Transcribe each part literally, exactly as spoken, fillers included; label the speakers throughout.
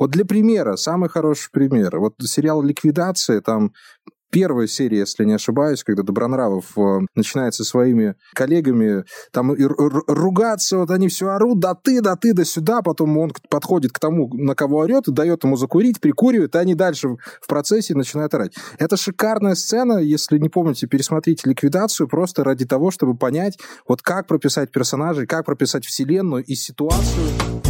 Speaker 1: Вот для примера, самый хороший пример. Вот сериал «Ликвидация», там первая серия, если не ошибаюсь, когда Добронравов э, начинает со своими коллегами там и р- ругаться, вот они все орут, да ты, да ты, да сюда, потом он подходит к тому, на кого орет, и дает ему закурить, прикуривает, и они дальше в процессе начинают орать. Это шикарная сцена, если не помните, пересмотрите «Ликвидацию», просто ради того, чтобы понять, вот как прописать персонажей, как прописать вселенную и ситуацию.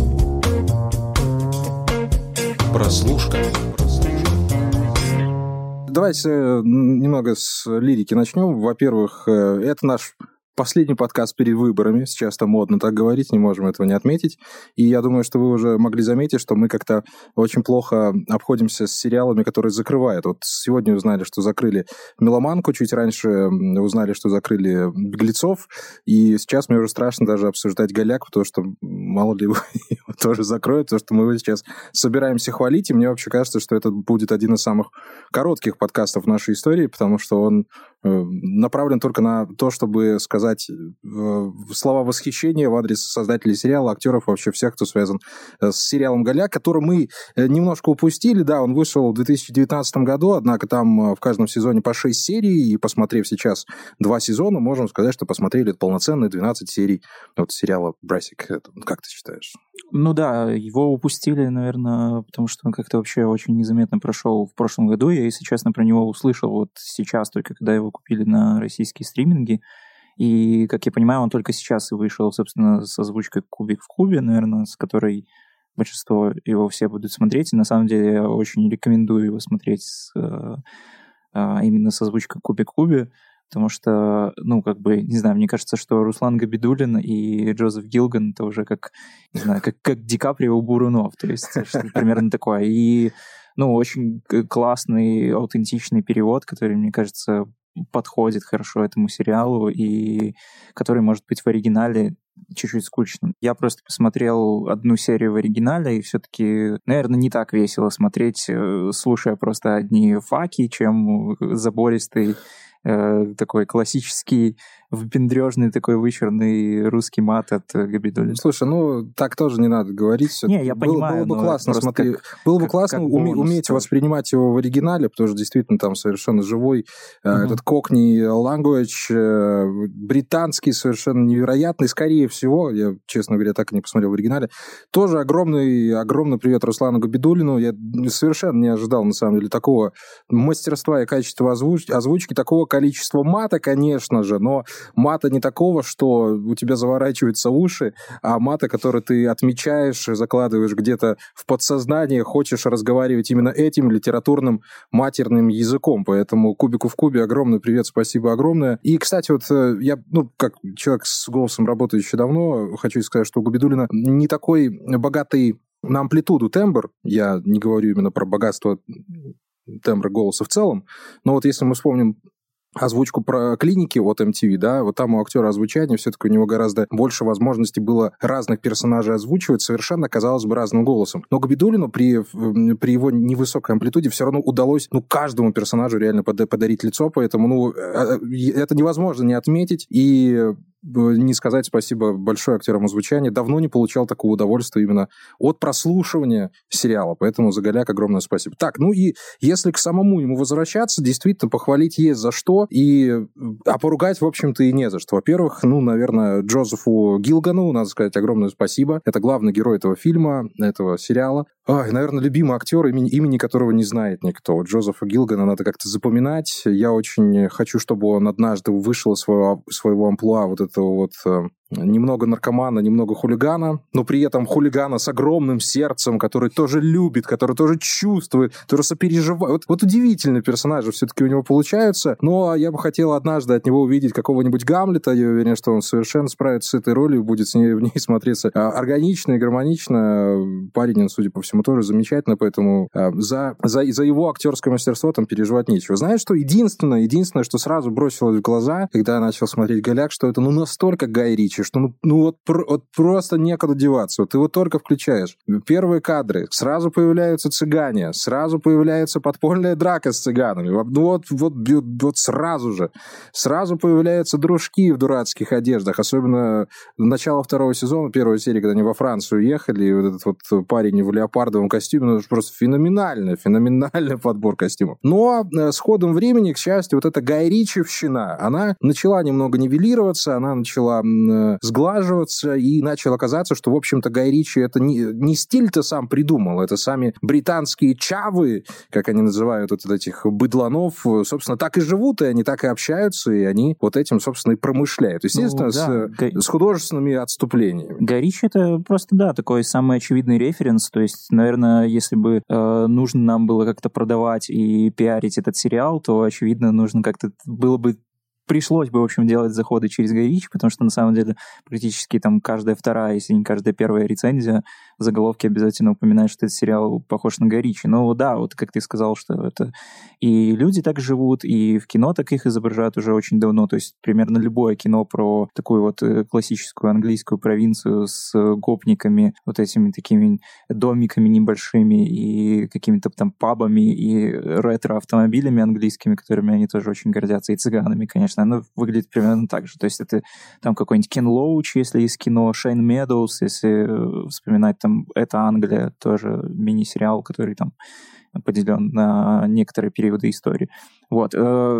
Speaker 2: Прослушка.
Speaker 1: Давайте немного с лирики начнем. Во-первых, это наш последний подкаст перед выборами. Сейчас там модно так говорить, не можем этого не отметить. И я думаю, что вы уже могли заметить, что мы как-то очень плохо обходимся с сериалами, которые закрывают. Вот сегодня узнали, что закрыли «Меломанку», чуть раньше узнали, что закрыли «Беглецов», и сейчас мне уже страшно даже обсуждать «Голяк», потому что мало ли его тоже закроют, потому что мы его сейчас собираемся хвалить, и мне вообще кажется, что это будет один из самых коротких подкастов в нашей истории, потому что он направлен только на то, чтобы сказать слова восхищения в адрес создателей сериала, актеров, вообще всех, кто связан с сериалом «Голяк», который мы немножко упустили. Да, он вышел в две тысячи девятнадцатом году, однако там в каждом сезоне по шесть серий, и посмотрев сейчас два сезона, можем сказать, что посмотрели полноценные двенадцать серий вот сериала «Брасик». Как ты считаешь?
Speaker 3: Ну да, его упустили, наверное, потому что он как-то вообще очень незаметно прошел в прошлом году. Я, если честно, про него услышал вот сейчас, только когда его купили на российские стриминги. И, как я понимаю, он только сейчас и вышел, собственно, с озвучкой «Кубик в кубе», наверное, с которой большинство его все будут смотреть. И на самом деле я очень рекомендую его смотреть с, а, именно с озвучкой «Кубик в кубе», потому что, ну, как бы, не знаю, мне кажется, что Руслан Габидуллин и Джозеф Гилган — это уже как, не знаю, как, как Ди Каприо у Бурунов, то есть что-то примерно такое. И, ну, очень классный, аутентичный перевод, который, мне кажется, подходит хорошо этому сериалу и который может быть в оригинале чуть-чуть скучным. Я просто посмотрел одну серию в оригинале, и все-таки, наверное, не так весело смотреть, слушая просто одни факи, чем забористый такой классический, выпендрежный, такой вычурный русский мат от Габидуллина.
Speaker 1: Слушай, ну, так тоже не надо говорить.
Speaker 3: Не, я
Speaker 1: было,
Speaker 3: понимаю,
Speaker 1: было бы классно, смотри,
Speaker 3: как,
Speaker 1: было бы
Speaker 3: как,
Speaker 1: классно
Speaker 3: как
Speaker 1: уме, уметь тоже воспринимать его в оригинале, потому что действительно там совершенно живой uh-huh. этот кокни language, британский, совершенно невероятный. Скорее всего, я, честно говоря, так и не посмотрел в оригинале. Тоже огромный, огромный привет Руслану Габидуллину. Я совершенно не ожидал, на самом деле, такого мастерства и качества озвуч... озвучки, такого количества мата, конечно же, но мата не такого, что у тебя заворачиваются уши, а мата, который ты отмечаешь, закладываешь где-то в подсознание, хочешь разговаривать именно этим литературным матерным языком. Поэтому «Кубику в кубе» огромный привет, спасибо огромное. И, кстати, вот я, ну, как человек с голосом, работающий давно, хочу сказать, что у Габидуллина не такой богатый на амплитуду тембр, я не говорю именно про богатство тембра голоса в целом, но вот если мы вспомним озвучку про клиники от эм ти ви, да, вот там у актера озвучания все-таки у него гораздо больше возможностей было разных персонажей озвучивать совершенно, казалось бы, разным голосом. Но Габидуллину при, при его невысокой амплитуде все равно удалось, ну, каждому персонажу реально подарить лицо, поэтому, ну, это невозможно не отметить и не сказать спасибо большое актерам озвучания. Давно не получал такого удовольствия именно от прослушивания сериала, поэтому за Голяк огромное спасибо. Так, ну и если к самому ему возвращаться, действительно, похвалить есть за что, и, а поругать, в общем-то, и не за что. Во-первых, ну, наверное, Джозефу Гилгану надо сказать огромное спасибо. Это главный герой этого фильма, этого сериала. Ой, наверное, любимый актер, имени, имени которого не знает никто. Джозефа Гилгана надо как-то запоминать. Я очень хочу, чтобы он однажды вышел из своего, своего амплуа вот этого вот немного наркомана, немного хулигана, но при этом хулигана с огромным сердцем, который тоже любит, который тоже чувствует, который сопереживает. Вот, вот удивительные персонажи все-таки у него получаются, но я бы хотел однажды от него увидеть какого-нибудь Гамлета. Я уверен, что он совершенно справится с этой ролью, будет с ней, в ней смотреться органично и гармонично. Парень, он, судя по всему, тоже замечательно, поэтому за, за, за его актерское мастерство там переживать нечего. Знаешь, что единственное, единственное, что сразу бросилось в глаза, когда я начал смотреть «Голяк», что это ну настолько Гай Ричи, Ричи, что ну, ну вот, пр- вот просто некуда деваться. Вот ты его только включаешь. Первые кадры, сразу появляются цыгане, сразу появляется подпольная драка с цыганами. Ну вот, вот, вот сразу же. Сразу появляются дружки в дурацких одеждах, особенно начало второго сезона, первой серии, когда они во Францию ехали, и вот этот вот парень в леопардовом костюме, ну, это просто феноменальный, феноменальный подбор костюмов. Но с ходом времени, к счастью, вот эта Гай Ричевщина, она начала немного нивелироваться, она начала м, сглаживаться, и начало казаться, что, в общем-то, Гай Ричи это не, не стиль-то сам придумал, это сами британские чавы, как они называют вот этих быдланов, собственно, так и живут, и они так и общаются, и они вот этим, собственно, и промышляют. Естественно, ну, да. с, Гай... с художественными отступлениями.
Speaker 3: Гай Ричи это просто, да, такой самый очевидный референс, то есть, наверное, если бы э, нужно нам было как-то продавать и пиарить этот сериал, то, очевидно, нужно как-то было бы пришлось бы, в общем, делать заходы через Гай Ричи, потому что, на самом деле, практически там каждая вторая, если не каждая первая рецензия в заголовке обязательно упоминает, что этот сериал похож на Гай Ричи. Но да, вот как ты сказал, что это и люди так живут, и в кино так их изображают уже очень давно, то есть примерно любое кино про такую вот классическую английскую провинцию с гопниками, вот этими такими домиками небольшими и какими-то там пабами и ретро-автомобилями английскими, которыми они тоже очень гордятся, и цыганами, конечно, оно выглядит примерно так же. То есть это там какой-нибудь Кен Лоуч, если из кино, Шейн Медоуз, если вспоминать там «Это Англия», тоже мини-сериал, который там поделен на некоторые периоды истории. Вот.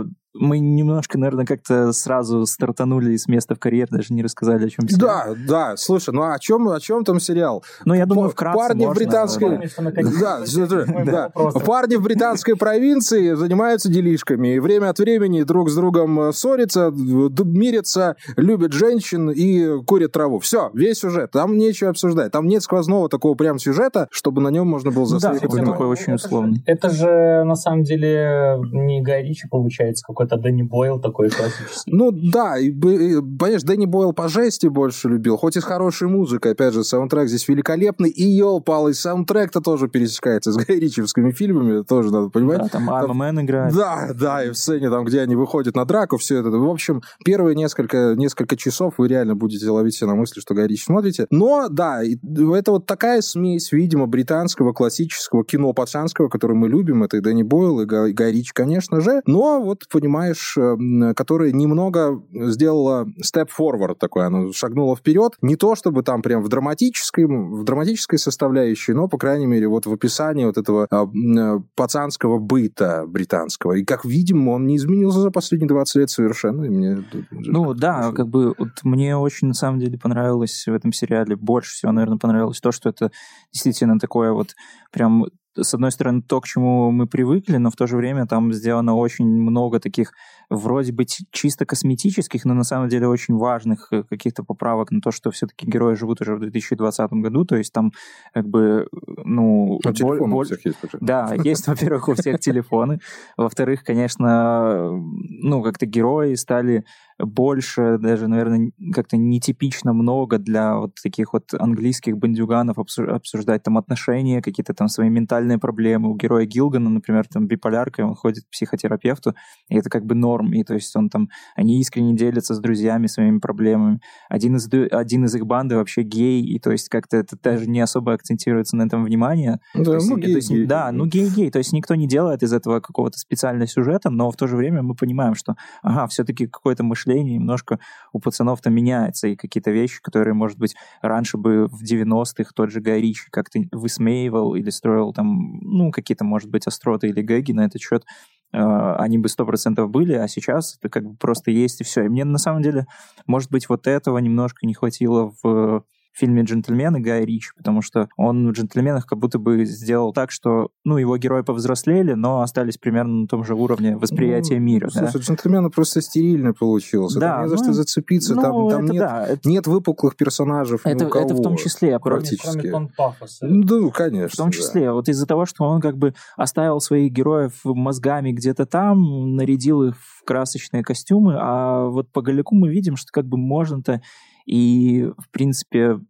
Speaker 3: Мы немножко, наверное, как-то сразу стартанули с места в карьер, даже не рассказали, о чем сериал.
Speaker 1: Да, да, слушай, ну о чем, о чем там сериал?
Speaker 3: Ну, я думаю, вкратце
Speaker 1: Парни в британской... Да, да. Парни в британской провинции занимаются делишками, и время от времени друг с другом ссорятся, мирятся, любят женщин и курят траву. Все, весь сюжет. Там нечего обсуждать. Там нет сквозного такого прям сюжета, чтобы на нем можно было засветить.
Speaker 3: Да, это такой очень условный.
Speaker 4: Это же, на самом деле, не Гай Ричи, получается, какой это Дэнни Бойл такой классический.
Speaker 1: Ну да, и, и, понимаешь, Дэнни Бойл по жести больше любил, хоть и с хорошей музыкой, опять же, саундтрек здесь великолепный, и ёлпалый саундтрек-то тоже пересекается с гайричевскими фильмами, тоже надо понимать.
Speaker 3: Да, там Арма Мэн играет.
Speaker 1: Да, да, и в сцене, там, где они выходят на драку, все это. В общем, первые несколько, несколько часов вы реально будете ловить себя на мысли, что Гай Ричи смотрите. Но, да, это вот такая смесь, видимо, британского классического кино пацанского, которое мы любим, это и Дэнни Бойл, и Гай, Гай Ричи, конечно же, но вот, понимаешь, которая немного сделала step forward такой, она шагнула вперед, не то чтобы там прям в драматической, в драматической составляющей, но, по крайней мере, вот в описании вот этого а, пацанского быта британского. И, как видим, он не изменился за последние двадцать лет совершенно. И мне,
Speaker 3: ну, да, хорошо. Как бы вот мне очень, на самом деле, понравилось в этом сериале, больше всего, наверное, понравилось то, что это действительно такое вот прям... С одной стороны, то, к чему мы привыкли, но в то же время там сделано очень много таких вроде бы чисто косметических, но на самом деле очень важных каких-то поправок на то, что все-таки герои живут уже в две тысячи двадцатом году, то есть там как бы, ну...
Speaker 1: А телефон у всех есть уже.
Speaker 3: Да, есть, во-первых, у всех телефоны, во-вторых, конечно, ну, как-то герои стали больше, даже, наверное, как-то нетипично много для вот таких вот английских бандюганов обсуждать там отношения, какие-то там свои ментальные проблемы. У героя Гилгана, например, там биполярка, он ходит к психотерапевту, и это как бы норм, и то есть он там, они искренне делятся с друзьями своими проблемами. Один из, один из их банды вообще гей, и то есть как-то это даже не особо акцентируется на этом внимание.
Speaker 1: Да,
Speaker 3: есть,
Speaker 1: ну гей,
Speaker 3: есть,
Speaker 1: гей.
Speaker 3: Да, ну гей-гей, то есть никто не делает из этого какого-то специального сюжета, но в то же время мы понимаем, что, ага, все-таки какое-то мышление немножко у пацанов-то меняется, и какие-то вещи, которые, может быть, раньше бы в девяностых тот же Гай Ричи как-то высмеивал или строил там, ну, какие-то, может быть, остроты или гэги на этот счет, э, они бы сто процентов были, а сейчас это как бы просто есть и все. И мне на самом деле, может быть, вот этого немножко не хватило в в фильме «Джентльмены» Гая Ричи, потому что он в «Джентльменах» как будто бы сделал так, что, ну, его герои повзрослели, но остались примерно на том же уровне восприятия ну, мира.
Speaker 1: Слушай,
Speaker 3: да?
Speaker 1: «Джентльмены» просто стерильно получился.
Speaker 3: Да,
Speaker 1: там не за
Speaker 3: ну,
Speaker 1: что зацепиться,
Speaker 3: ну,
Speaker 1: там, там нет,
Speaker 3: да, это...
Speaker 1: нет выпуклых персонажей
Speaker 3: это,
Speaker 1: ни у кого.
Speaker 3: Это в том числе.
Speaker 1: Практически.
Speaker 4: Кроме, кроме тон пафоса.
Speaker 1: Ну, конечно.
Speaker 3: В том числе.
Speaker 1: Да.
Speaker 3: Вот из-за того, что он как бы оставил своих героев мозгами где-то там, нарядил их в красочные костюмы, а вот по Голяку мы видим, что как бы можно-то и, в принципе,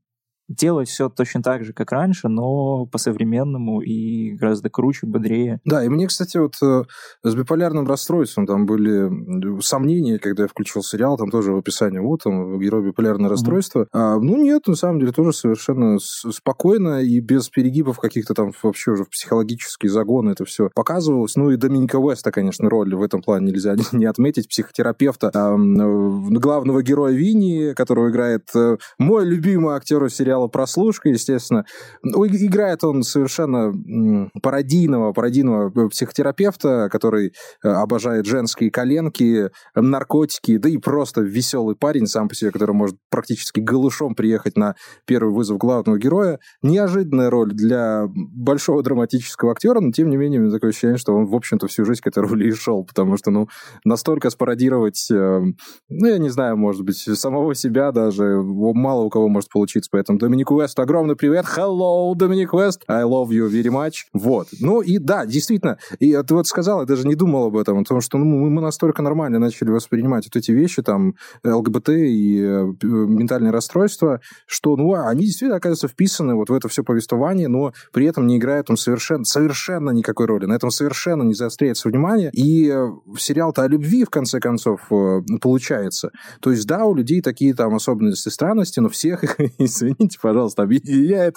Speaker 3: делать все точно так же, как раньше, но по-современному и гораздо круче, бодрее.
Speaker 1: Да, и мне, кстати, вот э, с биполярным расстройством там были сомнения, когда я включил сериал, там тоже в описании, вот там герой биполярное расстройство. Mm-hmm. А, ну нет, на самом деле тоже совершенно спокойно и без перегибов каких-то там вообще уже в психологические загоны это все показывалось. Ну и Доминика Уэста, конечно, роль в этом плане нельзя не отметить, психотерапевта, э, главного героя Винни, которого играет э, мой любимый актер сериала «Прослушка», естественно. Играет он совершенно пародийного, пародийного психотерапевта, который обожает женские коленки, наркотики, да и просто веселый парень сам по себе, который может практически голышом приехать на первый вызов главного героя. Неожиданная роль для большого драматического актера, но тем не менее, у меня такое ощущение, что он, в общем-то, всю жизнь к этой роли и шел, потому что, ну, настолько спародировать, ну, я не знаю, может быть, самого себя даже мало у кого может получиться, поэтому Доминик Уэст, огромный привет. Hello, Доминик Уэст. I love you very much. Вот. Ну и да, действительно, и ты вот сказал, я даже не думал об этом, потому что ну, мы настолько нормально начали воспринимать вот эти вещи, там, ЛГБТ и э, ментальные расстройства, что, ну, они действительно, оказывается, вписаны вот в это все повествование, но при этом не играют там совершенно, совершенно никакой роли. На этом совершенно не заостряется внимание. И э, сериал-то о любви, в конце концов, э, получается. То есть, да, у людей такие там особенности, странности, но всех их, извините, пожалуйста, объединяет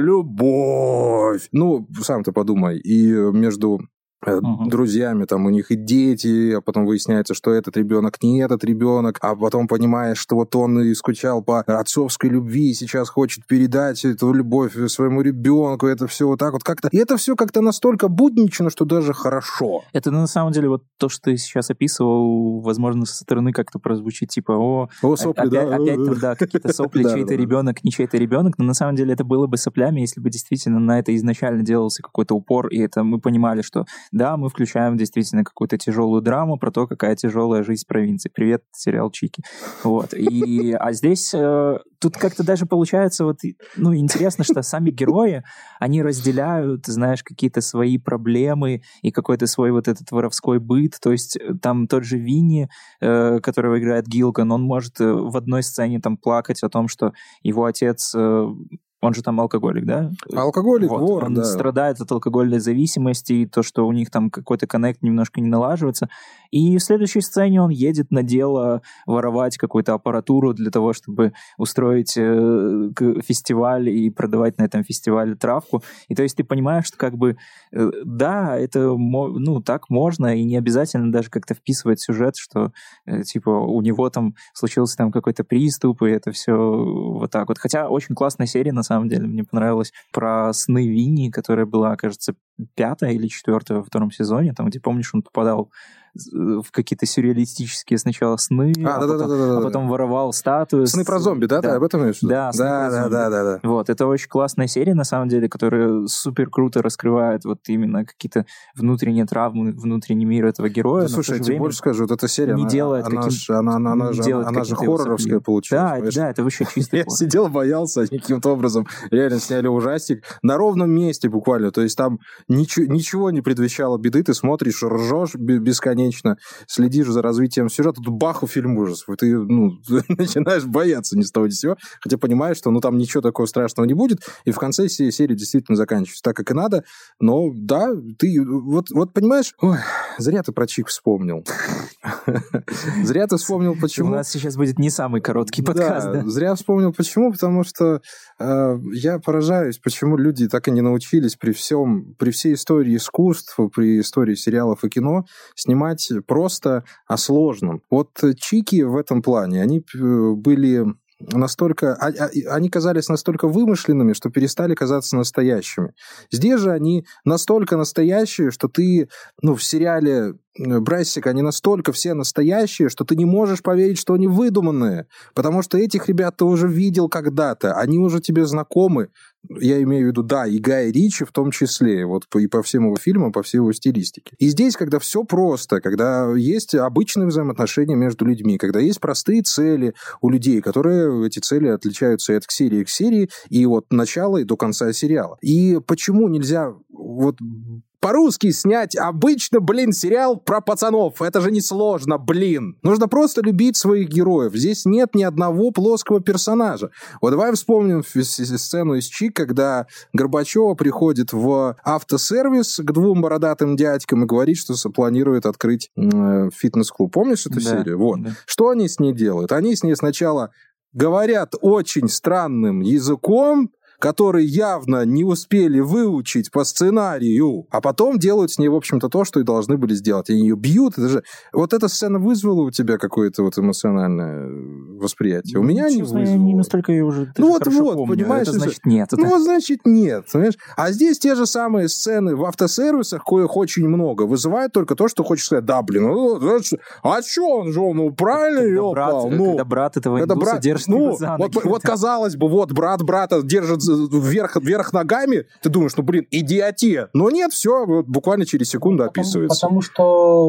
Speaker 1: любовь. Ну, сам-то подумай. И между Uh-huh. друзьями, там у них и дети, а потом выясняется, что этот ребенок не этот ребенок, а потом понимаешь, что вот он и скучал по отцовской любви и сейчас хочет передать эту любовь своему ребенку, это все вот так вот как-то. И это все как-то настолько буднично, что даже хорошо.
Speaker 3: Это на самом деле вот то, что ты сейчас описывал, возможно, со стороны как-то прозвучит, типа, о,
Speaker 1: о сопли,
Speaker 3: опять,
Speaker 1: да.
Speaker 3: опять там, да, какие-то сопли, чей-то ребенок, не чей-то ребенок, но на самом деле это было бы соплями, если бы действительно на это изначально делался какой-то упор, и это мы понимали, что да, мы включаем действительно какую-то тяжелую драму про то, какая тяжелая жизнь в провинции. Привет, сериал Чики. Вот. И, а здесь э, тут как-то даже получается вот, ну, интересно, что сами герои, они разделяют, знаешь, какие-то свои проблемы и какой-то свой вот этот воровской быт. То есть там тот же Винни, э, которого играет Гилган, он может в одной сцене там плакать о том, что его отец... Э, он же там алкоголик, да?
Speaker 1: Алкоголик,
Speaker 3: вот.
Speaker 1: вор,
Speaker 3: Он
Speaker 1: да.
Speaker 3: страдает от алкогольной зависимости, и то, что у них там какой-то коннект немножко не налаживается. И в следующей сцене он едет на дело воровать какую-то аппаратуру для того, чтобы устроить э, фестиваль и продавать на этом фестивале травку. И то есть ты понимаешь, что как бы, э, да, это, ну, так можно, и не обязательно даже как-то вписывать сюжет, что, э, типа, у него там случился там какой-то приступ, и это все вот так вот. Хотя очень классная серия, на самом деле, мне понравилось, про сны Винни, которая была, кажется, пятая или четвертая во втором сезоне, там, где, помнишь, он попадал в какие-то сюрреалистические сначала сны, а, а, да, потом, да, да, да, а потом да. воровал статую.
Speaker 1: Сны про зомби, да? Да, об этом имеешь?
Speaker 3: Да,
Speaker 1: да, да, да, да, да.
Speaker 3: Вот, это очень классная серия, на самом деле, которая супер круто раскрывает вот именно какие-то внутренние травмы, внутренний мир этого героя.
Speaker 1: Да, слушай, я тебе больше скажу, вот эта серия,
Speaker 3: не
Speaker 1: она,
Speaker 3: делает
Speaker 1: она,
Speaker 3: каким,
Speaker 1: ж, она, она, она, же, она же хорроровская получилась.
Speaker 3: Да, да, это вообще чисто.
Speaker 1: Я сидел, боялся, они каким-то образом реально сняли ужастик на ровном месте буквально, то есть там ничего, ничего не предвещало беды, ты смотришь, ржешь бесконечно, следишь за развитием сюжета, тут баху фильм ужасов, и ты, ну, начинаешь бояться ни с того ни с сего, хотя понимаешь, что, ну, там ничего такого страшного не будет, и в конце серии действительно заканчивается так, как и надо, но, да, ты, вот, вот понимаешь, ой, зря ты про Чик вспомнил. Зря ты вспомнил, почему.
Speaker 3: У нас сейчас будет не самый короткий подкаст, да?
Speaker 1: Зря вспомнил, почему, потому что я поражаюсь, почему люди так и не научились при всем, при всей истории искусства, при истории сериалов и кино снимать просто о сложном. Вот Чики в этом плане, они были настолько... Они казались настолько вымышленными, что перестали казаться настоящими. Здесь же они настолько настоящие, что ты, ну, в сериале Брессик, они настолько все настоящие, что ты не можешь поверить, что они выдуманные. Потому что этих ребят ты уже видел когда-то, они уже тебе знакомы. Я имею в виду, да, и Гая Ричи в том числе, вот и по всем его фильмам, по всей его стилистике. И здесь, когда все просто, когда есть обычные взаимоотношения между людьми, когда есть простые цели у людей, которые, эти цели отличаются и от серии к серии, и от начала и до конца сериала. И почему нельзя вот по-русски снять обычно, блин, сериал про пацанов. Это же несложно, блин. Нужно просто любить своих героев. Здесь нет ни одного плоского персонажа. Вот давай вспомним сцену из Чик, когда Горбачева приходит в автосервис к двум бородатым дядькам и говорит, что планирует открыть э, фитнес-клуб. Помнишь эту да, серию? Вот. Да. Что они с ней делают? Они с ней сначала говорят очень странным языком, который явно не успели выучить по сценарию, а потом делают с ней, в общем-то, то, что и должны были сделать. Они ее бьют. Это же... Вот эта сцена вызвала у тебя какое-то вот эмоциональное восприятие? У меня не вызвало.
Speaker 3: Я не настолько ее уже
Speaker 1: ну вот, вот, помню. Понимаешь?
Speaker 3: Это значит нет.
Speaker 1: Ну вот, значит нет. Понимаешь? А здесь те же самые сцены в автосервисах, коих очень много, вызывают только то, что хочешь сказать, да, блин, ну, а что он же, ну, правильно ее пал? Ну,
Speaker 3: когда брат этого индуса брат, держит
Speaker 1: ну,
Speaker 3: его за ноги.
Speaker 1: Вот, вот казалось бы, вот брат брата держит вверх, вверх ногами, ты думаешь, ну, блин, идиотия. Но нет, все, вот буквально через секунду
Speaker 4: потому,
Speaker 1: описывается.
Speaker 4: Потому что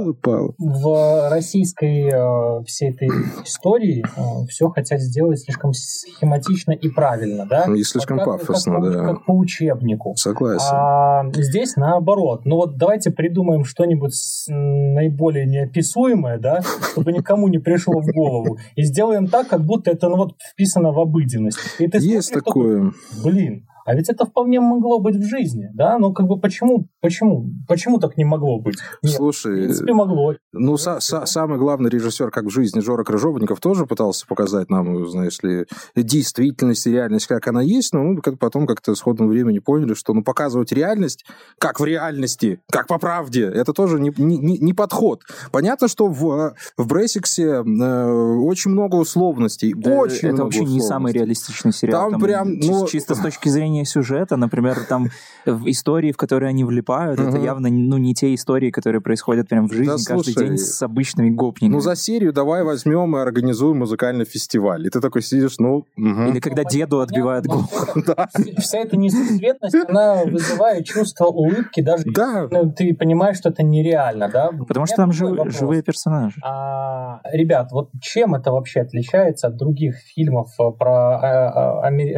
Speaker 1: в,
Speaker 4: в российской э, всей этой истории э, все хотят сделать слишком схематично и правильно, да?
Speaker 1: И слишком
Speaker 4: как,
Speaker 1: пафосно,
Speaker 4: как,
Speaker 1: да.
Speaker 4: Как по учебнику.
Speaker 1: Согласен.
Speaker 4: А здесь наоборот. Ну вот давайте придумаем что-нибудь наиболее неописуемое, да, чтобы никому не пришло в голову, и сделаем так, как будто это ну, вот вписано в обыденность. И ты
Speaker 1: есть
Speaker 4: смотришь,
Speaker 1: такое.
Speaker 4: Такой, блин, а ведь это вполне могло быть в жизни, да? Ну, как бы почему, почему, почему так не могло быть? Нет,
Speaker 1: слушай,
Speaker 4: в принципе, могло.
Speaker 1: Ну, са- са- самый главный режиссер, как в жизни, Жора Крыжовников, тоже пытался показать нам, знаешь ли, действительность и реальность, как она есть, но мы потом как-то с ходом времени поняли, что ну, показывать реальность, как в реальности, как по правде, это тоже не, не, не подход. Понятно, что в, в Брейсиксе э, очень много условностей, да, очень
Speaker 3: это
Speaker 1: много
Speaker 3: вообще
Speaker 1: условностей.
Speaker 3: Не самый реалистичный сериал.
Speaker 1: Там, там прям,
Speaker 3: чисто,
Speaker 1: ну...
Speaker 3: чисто с точки зрения сюжета, например, там в истории, в которые они влипают, uh-huh. это явно ну, не те истории, которые происходят прям в жизни да, каждый слушай, день с обычными гопниками.
Speaker 1: Ну, за серию давай возьмем и организуем музыкальный фестиваль. И ты такой сидишь, ну... Угу.
Speaker 3: Или когда деду отбивают голову.
Speaker 4: Вся эта несусветность, она вызывает чувство улыбки, даже
Speaker 1: да.
Speaker 4: ты понимаешь, что это нереально, да?
Speaker 3: Потому что там живые персонажи.
Speaker 4: Ребят, вот чем это вообще отличается от других фильмов про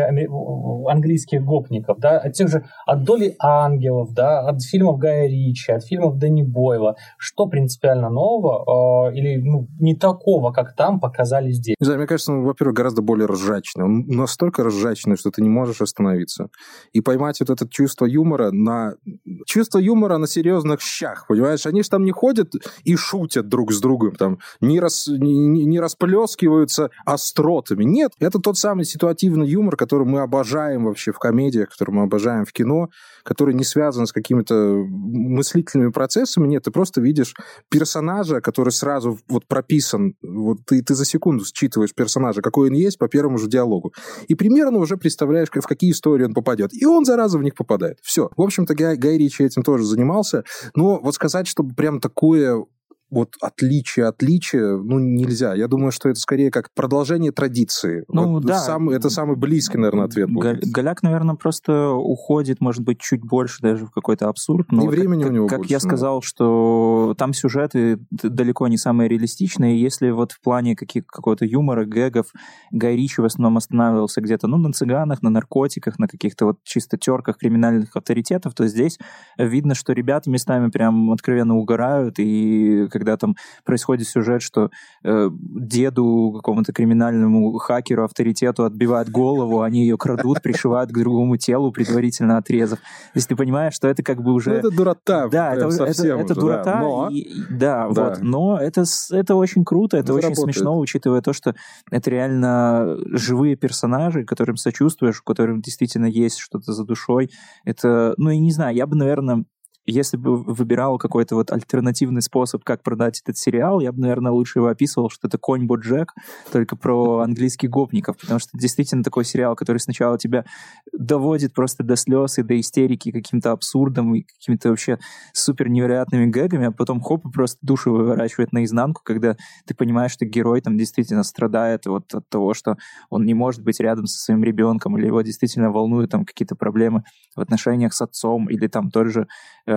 Speaker 4: английских гопников, да, от тех же, от «Доли ангелов», да, от фильмов Гая Ричи, от фильмов Дэнни Бойла. Что принципиально нового э, или ну, не такого, как там показали здесь?
Speaker 1: Не знаю, мне кажется, он, во-первых, гораздо более ржачный. Он настолько ржачный, что ты не можешь остановиться. И поймать вот это чувство юмора на... Чувство юмора на серьезных щах, понимаешь? Они же там не ходят и шутят друг с другом, там, не, рас... не, не расплескиваются остротами. Нет, это тот самый ситуативный юмор, который мы обожаем вообще в комедиях, который мы обожаем в кино, который не связан с какими-то мыслительными процессами. Нет, ты просто видишь персонажа, который сразу вот прописан. Вот ты, ты за секунду считываешь персонажа, какой он есть по первому же диалогу. И примерно уже представляешь, в какие истории он попадет. И он, зараза, в них попадает. Все. В общем-то, Гай, Гай Ричи этим тоже занимался. Но вот сказать, чтобы прям такое... Вот отличие, отличие, ну, нельзя. Я думаю, что это скорее как продолжение традиции.
Speaker 3: Ну,
Speaker 1: вот
Speaker 3: да.
Speaker 1: Сам, это самый близкий, наверное, ответ будет.
Speaker 3: Голяк, наверное, просто уходит, может быть, чуть больше даже в какой-то абсурд. Но
Speaker 1: и времени
Speaker 3: как,
Speaker 1: у него
Speaker 3: Как
Speaker 1: больше,
Speaker 3: я сказал, что там сюжеты далеко не самые реалистичные. Если вот в плане каких, какого-то юмора, гэгов Гай Ричи в основном останавливался где-то ну, на цыганах, на наркотиках, на каких-то вот чисто терках криминальных авторитетов, то здесь видно, что ребята местами прям откровенно угорают, и когда там происходит сюжет, что э, деду какому-то криминальному хакеру, авторитету отбивают голову, они ее крадут, пришивают к другому телу, предварительно отрезав. То есть ты понимаешь, что это как бы уже... Ну,
Speaker 1: это дурота.
Speaker 3: Да, это, это, это
Speaker 1: уже,
Speaker 3: дурота.
Speaker 1: Да, но...
Speaker 3: И, да,
Speaker 1: да.
Speaker 3: Вот. Но это, это очень круто, это, это очень работает. Смешно, учитывая то, что это реально живые персонажи, которым сочувствуешь, у которых действительно есть что-то за душой. Это, ну, я не знаю, я бы, наверное... Если бы выбирал какой-то вот альтернативный способ, как продать этот сериал, я бы, наверное, лучше его описывал, что это «Конь Боджек», только про английских гопников, потому что это действительно такой сериал, который сначала тебя доводит просто до слез и до истерики каким-то абсурдом и какими-то вообще супер невероятными гэгами, а потом хоп, и просто душу выворачивает наизнанку, когда ты понимаешь, что герой там действительно страдает вот от того, что он не может быть рядом со своим ребенком, или его действительно волнуют там какие-то проблемы в отношениях с отцом, или там тот же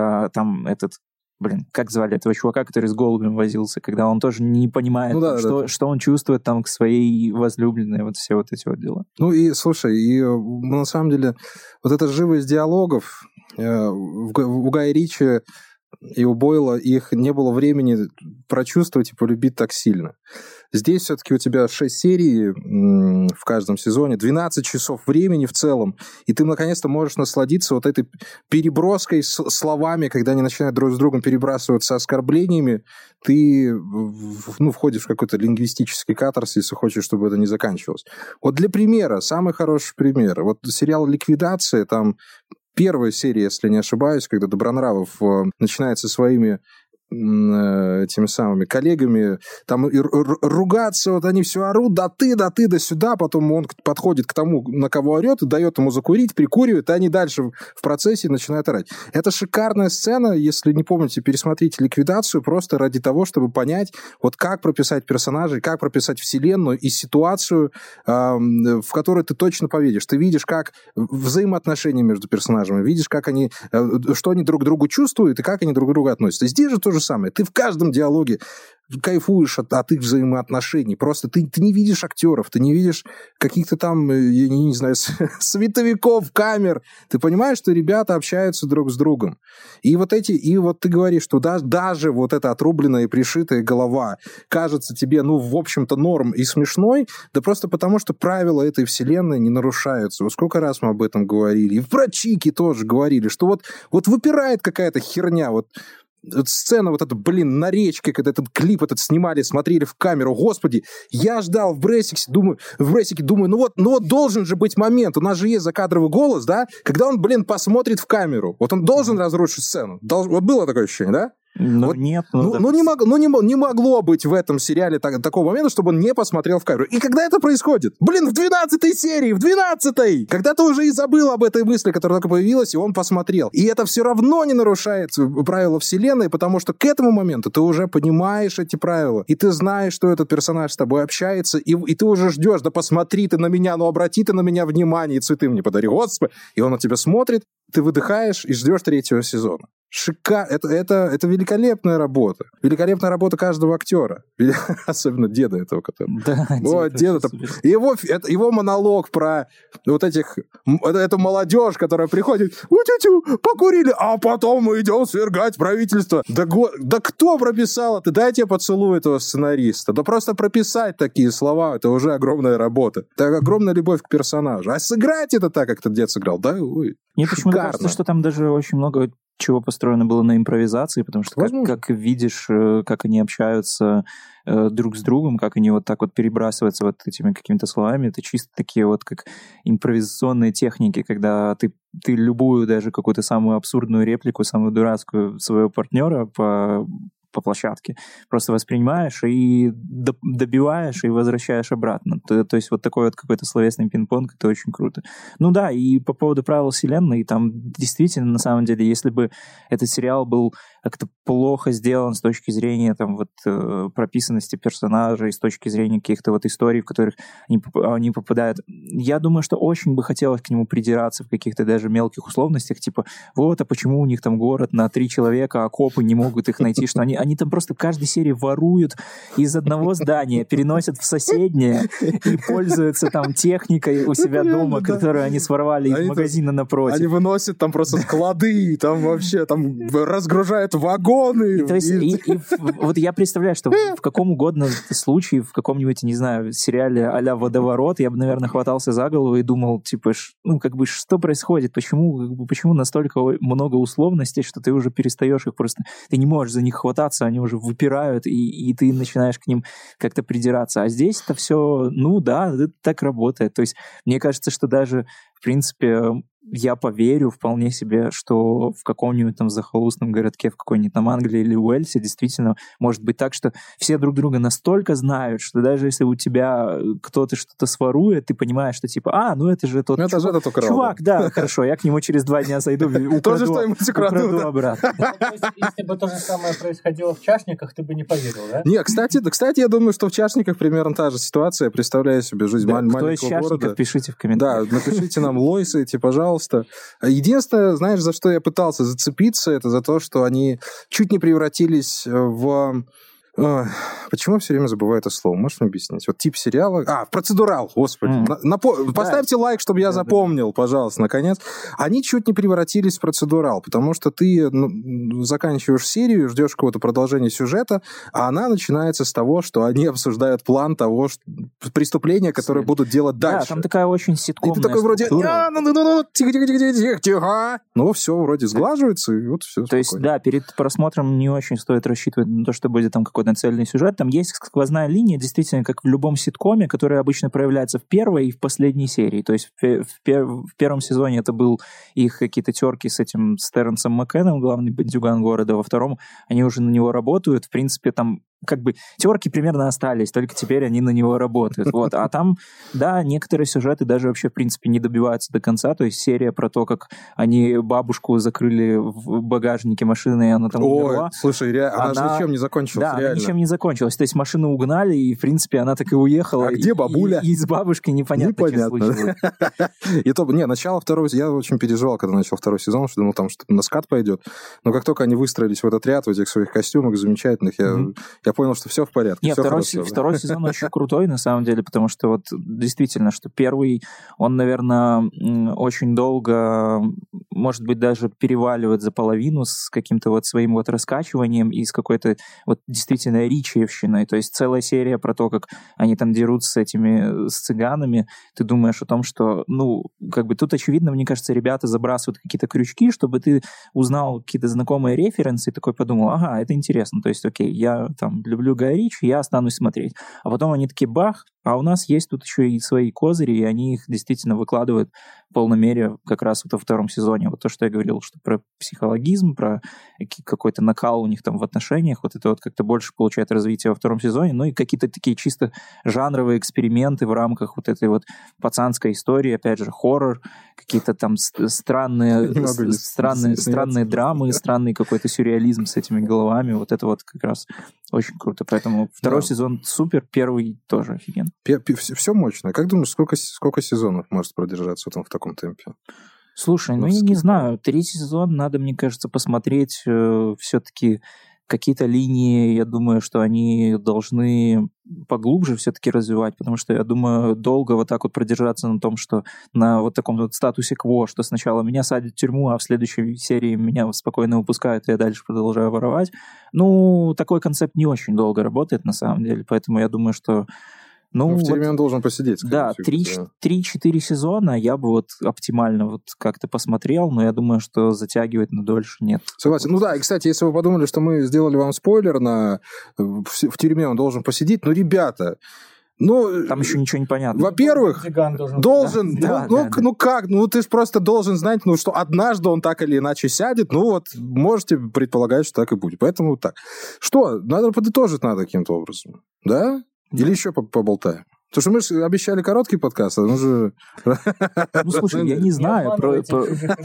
Speaker 3: там этот, блин, как звали этого чувака, который с голубем возился, когда он тоже не понимает, ну, да, что, да. что он чувствует там к своей возлюбленной, вот все вот эти вот дела.
Speaker 1: Ну и, слушай, и на самом деле вот эта живость диалогов, у Гая Ричи и у Бойла их не было времени прочувствовать и полюбить так сильно. Здесь все-таки у тебя шесть серий в каждом сезоне, двенадцать часов времени в целом, и ты наконец-то можешь насладиться вот этой переброской с словами, когда они начинают друг с другом перебрасываться оскорблениями, ты ну, входишь в какой-то лингвистический катарсис и хочешь, чтобы это не заканчивалось. Вот для примера, самый хороший пример. Вот сериал «Ликвидация», там первая серия, если не ошибаюсь, когда Добронравов начинает со своими этими самыми коллегами там и ругаться, вот они все орут, да ты, да ты, да сюда, потом он подходит к тому, на кого орет, и дает ему закурить, прикуривает, и они дальше в процессе начинают орать. Это шикарная сцена, если не помните, пересмотрите «Ликвидацию» просто ради того, чтобы понять, вот как прописать персонажей, как прописать вселенную и ситуацию, в которой ты точно поверишь. Ты видишь, как взаимоотношения между персонажами, видишь, как они, что они друг к другу чувствуют и как они друг к другу относятся. Здесь же тоже самое. Ты в каждом диалоге кайфуешь от, от их взаимоотношений. Просто ты, ты не видишь актеров, ты не видишь каких-то там, я не, не знаю, световиков, камер. Ты понимаешь, что ребята общаются друг с другом. И вот эти, и вот ты говоришь, что да, даже вот эта отрубленная и пришитая голова кажется тебе, ну, в общем-то, норм и смешной, да просто потому, что правила этой вселенной не нарушаются. Вот сколько раз мы об этом говорили. И про Чики тоже говорили, что вот, вот выпирает какая-то херня, вот вот сцена вот эта, блин, на речке, когда этот клип этот снимали, смотрели в камеру, господи, я ждал в Брейсике, думаю, в Брейсике, думаю, ну вот, ну вот должен же быть момент, у нас же есть закадровый голос, да, когда он, блин, посмотрит в камеру, вот он должен разрушить сцену, Долж... вот было такое ощущение, да?
Speaker 3: Ну,
Speaker 1: вот,
Speaker 3: нет.
Speaker 1: Ну, ну, ну, не мог, ну не, не могло быть в этом сериале так, такого момента, чтобы он не посмотрел в камеру. И когда это происходит? Блин, в двенадцатой серии, в двенадцатой! Когда ты уже и забыл об этой мысли, которая только появилась, и он посмотрел. И это все равно не нарушает правила вселенной, потому что к этому моменту ты уже понимаешь эти правила, и ты знаешь, что этот персонаж с тобой общается, и, и ты уже ждешь, да посмотри ты на меня, ну обрати ты на меня внимание, и цветы мне подари, господи. И он на тебя смотрит, ты выдыхаешь и ждешь третьего сезона. Шикарно. Это, это, это великолепная работа. Великолепная работа каждого актера. Особенно деда этого, который...
Speaker 3: Да,
Speaker 1: вот, деда. Его, это, его монолог про вот этих... Эту молодежь, которая приходит, у-тю-тю, покурили, а потом мы идем свергать правительство. Да, го... да кто прописал это? Дайте я поцелую этого сценариста. Да просто прописать такие слова, это уже огромная работа. Это огромная любовь к персонажу. А сыграть это так, как этот дед сыграл, да? Ой,
Speaker 3: мне почему-то кажется, что там даже очень много чего построено было на импровизации, потому что как, как видишь, как они общаются э, друг с другом, как они вот так вот перебрасываются вот этими какими-то словами, это чисто такие вот как импровизационные техники, когда ты, ты любую даже какую-то самую абсурдную реплику, самую дурацкую своего партнера по по площадке, просто воспринимаешь и добиваешь, и возвращаешь обратно. То, то есть вот такой вот какой-то словесный пинг-понг, это очень круто. Ну да, и по поводу правил вселенной, там действительно, на самом деле, если бы этот сериал был как-то плохо сделан с точки зрения там вот э, прописанности персонажей, с точки зрения каких-то вот историй, в которых они, они попадают, я думаю, что очень бы хотелось к нему придираться в каких-то даже мелких условностях, типа, вот, а почему у них там город на три человека, а копы не могут их найти, что они Они там просто в каждой серии воруют из одного здания, переносят в соседнее и пользуются там техникой у себя дома, которую они своровали из магазина напротив.
Speaker 1: Они выносят там просто склады, там вообще там разгружают вагоны.
Speaker 3: То есть, и, и, вот я представляю, что в каком угодно случае, в каком-нибудь, не знаю, сериале а-ля «Водоворот», я бы, наверное, хватался за голову и думал, типа, ну, как бы, что происходит? Почему, почему настолько много условностей, что ты уже перестаешь их просто... Ты не можешь за них хвататься, они уже выпирают, и, и ты начинаешь к ним как-то придираться. А здесь это все, ну да, это так работает. То есть мне кажется, что даже, в принципе, я поверю вполне себе, что в каком-нибудь там захолустном городке, в какой-нибудь там Англии или Уэльсе действительно может быть так, что все друг друга настолько знают, что даже если у тебя кто-то что-то сворует, ты понимаешь, что типа, а, ну это же тот
Speaker 1: это
Speaker 3: чувак,
Speaker 1: же этот украл,
Speaker 3: чувак, да. да, хорошо, я к нему через два дня зайду, украду обратно.
Speaker 4: Если бы то же самое происходило в «Чашниках», ты бы не поверил, да?
Speaker 1: Не, кстати, кстати, я думаю, что в «Чашниках» примерно та же ситуация. Представляю себе жизнь маленького города. Кто из
Speaker 3: «Чашников», пишите в комментариях.
Speaker 1: Да, напишите нам лойсы, эти, пожалуйста. Единственное, знаешь, за что я пытался зацепиться, это за то, что они чуть не превратились в Ой, почему я все время забываю это слово? Можешь мне объяснить? Вот тип сериала... А, процедурал, господи. Mm. На, напо... Поставьте да. лайк, чтобы я да, запомнил, да. пожалуйста, наконец. Они чуть не превратились в процедурал, потому что ты ну, заканчиваешь серию, ждешь какого-то продолжения сюжета, а она начинается с того, что они обсуждают план того, что... преступления, которые будут делать дальше.
Speaker 3: Да, там такая очень ситкомная
Speaker 1: И ты такой вроде... Ну-ну-ну, тихо-тихо-тихо-тихо. Ну, все вроде сглаживается, и вот все.
Speaker 3: То есть, да, перед просмотром не очень стоит рассчитывать на то, что будет там какой-то цельный сюжет. Там есть сквозная линия, действительно, как в любом ситкоме, которая обычно проявляется в первой и в последней серии. То есть в, в, пер, в первом сезоне это был их какие-то терки с этим с Терренсом Маккеном, главный бандюган города. Во втором они уже на него работают. В принципе, там как бы терки примерно остались, только теперь они на него работают. Вот. А там, да, некоторые сюжеты даже вообще, в принципе, не добиваются до конца. То есть серия про то, как они бабушку закрыли в багажнике машины, и она там
Speaker 1: Ой,
Speaker 3: умерла.
Speaker 1: Слушай, ре... она, она же ничем не закончилась,
Speaker 3: да,
Speaker 1: реально.
Speaker 3: она ничем не закончилась. То есть машину угнали, и, в принципе, она так и уехала.
Speaker 1: А где бабуля?
Speaker 3: И, и с бабушкой непонятно, что случилось.
Speaker 1: И то, не, начало второго... Я очень переживал, когда начал второй сезон, что думал, там что-то на скат пойдет. Но как только они выстроились в этот ряд, в этих своих костюмах замечательных, я, я понял, что все в порядке.
Speaker 3: Нет, второй,
Speaker 1: хорошо,
Speaker 3: с... второй сезон очень крутой, на самом деле, потому что вот действительно, что первый, он, наверное, очень долго, может быть, даже переваливает за половину с каким-то вот своим вот раскачиванием и с какой-то вот действительно ричиевщиной. То есть целая серия про то, как они там дерутся с этими, с цыганами. Ты думаешь о том, что, ну, как бы тут, очевидно, мне кажется, ребята забрасывают какие-то крючки, чтобы ты узнал какие-то знакомые референсы и такой подумал, ага, это интересно. То есть, окей, я там люблю Гая Ричи, я останусь смотреть. А потом они такие, бах, а у нас есть тут еще и свои козыри, и они их действительно выкладывают в полной мере как раз вот во втором сезоне. Вот то, что я говорил, что про психологизм, про какой-то накал у них там в отношениях, вот это вот как-то больше получает развитие во втором сезоне, ну и какие-то такие чисто жанровые эксперименты в рамках вот этой вот пацанской истории, опять же, хоррор, какие-то там странные, странные, странные драмы, странный какой-то сюрреализм с этими головами, вот это вот как раз очень круто. Поэтому второй да. сезон супер, первый тоже офигенно.
Speaker 1: Все, все мощно. Как думаешь, сколько, сколько сезонов может продержаться там в таком темпе?
Speaker 3: Слушай, ну, ну я не знаю. Третий сезон надо, мне кажется, посмотреть э, все-таки какие-то линии, я думаю, что они должны поглубже все-таки развивать, потому что, я думаю, долго вот так вот продержаться на том, что на вот таком вот статусе кво, что сначала меня садят в тюрьму, а в следующей серии меня спокойно выпускают, и я дальше продолжаю воровать. Ну, такой концепт не очень долго работает, на самом деле, поэтому я думаю, что Ну,
Speaker 1: ну, в тюрьме
Speaker 3: вот,
Speaker 1: он должен посидеть.
Speaker 3: Да, три-четыре сезона я бы вот оптимально вот как-то посмотрел, но я думаю, что затягивать на дольше нет.
Speaker 1: Согласен. Ну да, и, кстати, если вы подумали, что мы сделали вам спойлер на в, в тюрьме он должен посидеть, ну, ребята... Ну,
Speaker 3: там еще ничего не понятно.
Speaker 1: Во-первых, должен, должен да? ну, да, ну, да, ну да. как, ну ты же просто должен знать, ну что однажды он так или иначе сядет, ну вот можете предполагать, что так и будет. Поэтому так. Что, надо подытожить надо каким-то образом, да? Или да. еще поболтаем? Потому что мы же обещали короткий подкаст, а мы же...
Speaker 3: Ну, слушай, я не знаю. Про, про...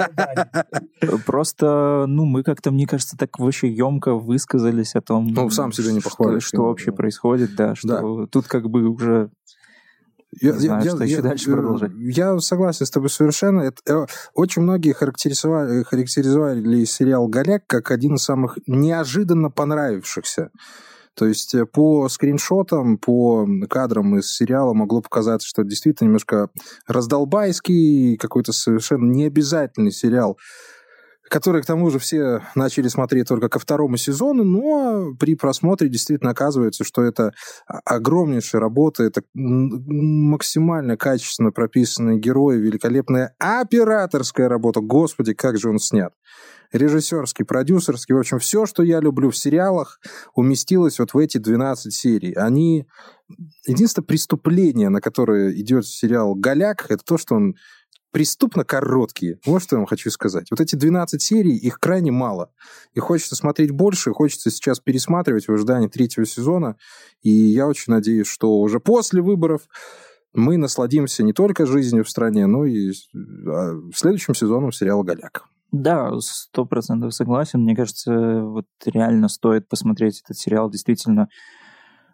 Speaker 3: Просто, ну, мы как-то, мне кажется, так вообще емко высказались о том,
Speaker 1: ну, сам себе не похвалишь,
Speaker 3: что, что вообще да. происходит, да, что да. тут как бы уже... Я, не знаю, я, что я, еще я, дальше я, продолжать.
Speaker 1: Я согласен с тобой совершенно. Это, очень многие характеризовали, характеризовали сериал «Голяк» как один из самых неожиданно понравившихся. То есть по скриншотам, по кадрам из сериала могло показаться, что это действительно немножко раздолбайский, какой-то совершенно необязательный сериал, который, к тому же, все начали смотреть только ко второму сезону, но при просмотре действительно оказывается, что это огромнейшая работа, это максимально качественно прописанные герои, великолепная операторская работа. Господи, как же он снят. Режиссерский, продюсерский, в общем, все, что я люблю в сериалах, уместилось вот в эти двенадцать серий. Они... Единственное преступление, на которое идет сериал «Голяк», это то, что он преступно короткий. Вот что я вам хочу сказать. Вот эти двенадцать серий, их крайне мало. И хочется смотреть больше, хочется сейчас пересматривать в ожидании третьего сезона. И я очень надеюсь, что уже после выборов мы насладимся не только жизнью в стране, но и следующим сезоном сериала «Голяк».
Speaker 3: Да, сто процентов согласен. Мне кажется, вот реально стоит посмотреть этот сериал. Действительно,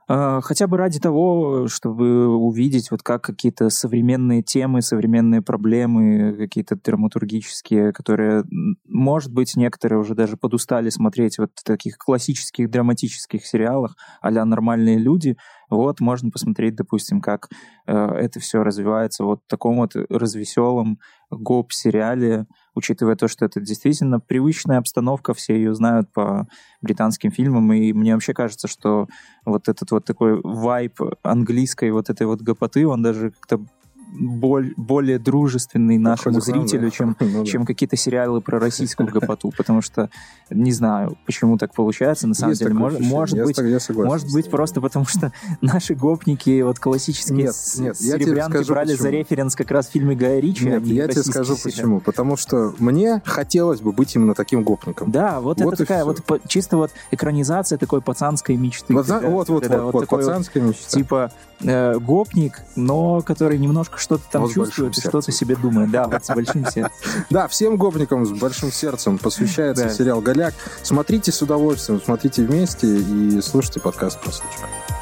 Speaker 3: Хотя бы ради того, чтобы увидеть, вот как какие-то современные темы, современные проблемы, какие-то драматургические, которые, может быть, некоторые уже даже подустали смотреть вот в таких классических драматических сериалах а-ля «Нормальные люди». Вот, можно посмотреть, допустим, как э, это все развивается вот в таком вот развеселом гоп-сериале, учитывая то, что это действительно привычная обстановка, все ее знают по британским фильмам, и мне вообще кажется, что вот этот вот такой вайб английской вот этой вот гопоты, он даже как-то боль, более дружественный нашему ну, зрителю, да. чем, ну, чем да. какие-то сериалы про российскую гопоту, потому что не знаю, почему так получается, на самом
Speaker 1: есть
Speaker 3: деле, может, может
Speaker 1: я
Speaker 3: быть,
Speaker 1: согласен,
Speaker 3: может быть просто потому что наши гопники, вот классические
Speaker 1: нет, нет,
Speaker 3: серебрянки брали
Speaker 1: почему.
Speaker 3: за референс как раз в фильме Гая Ричи.
Speaker 1: Нет, я тебе скажу сериал. Почему, потому что мне хотелось бы быть именно таким гопником.
Speaker 3: Да, вот, вот это такая вот по, чисто вот экранизация такой пацанской мечты.
Speaker 1: Вот, когда, вот, вот, вот, вот пацанская
Speaker 3: вот,
Speaker 1: мечта.
Speaker 3: Типа э, гопник, но который немножко что-то там вот чувствует и что-то себе думает. Да, вот с большим сердцем.
Speaker 1: Да, всем гопникам с большим сердцем посвящается сериал «Голяк». Смотрите с удовольствием, смотрите вместе и слушайте подкаст «Прослушка».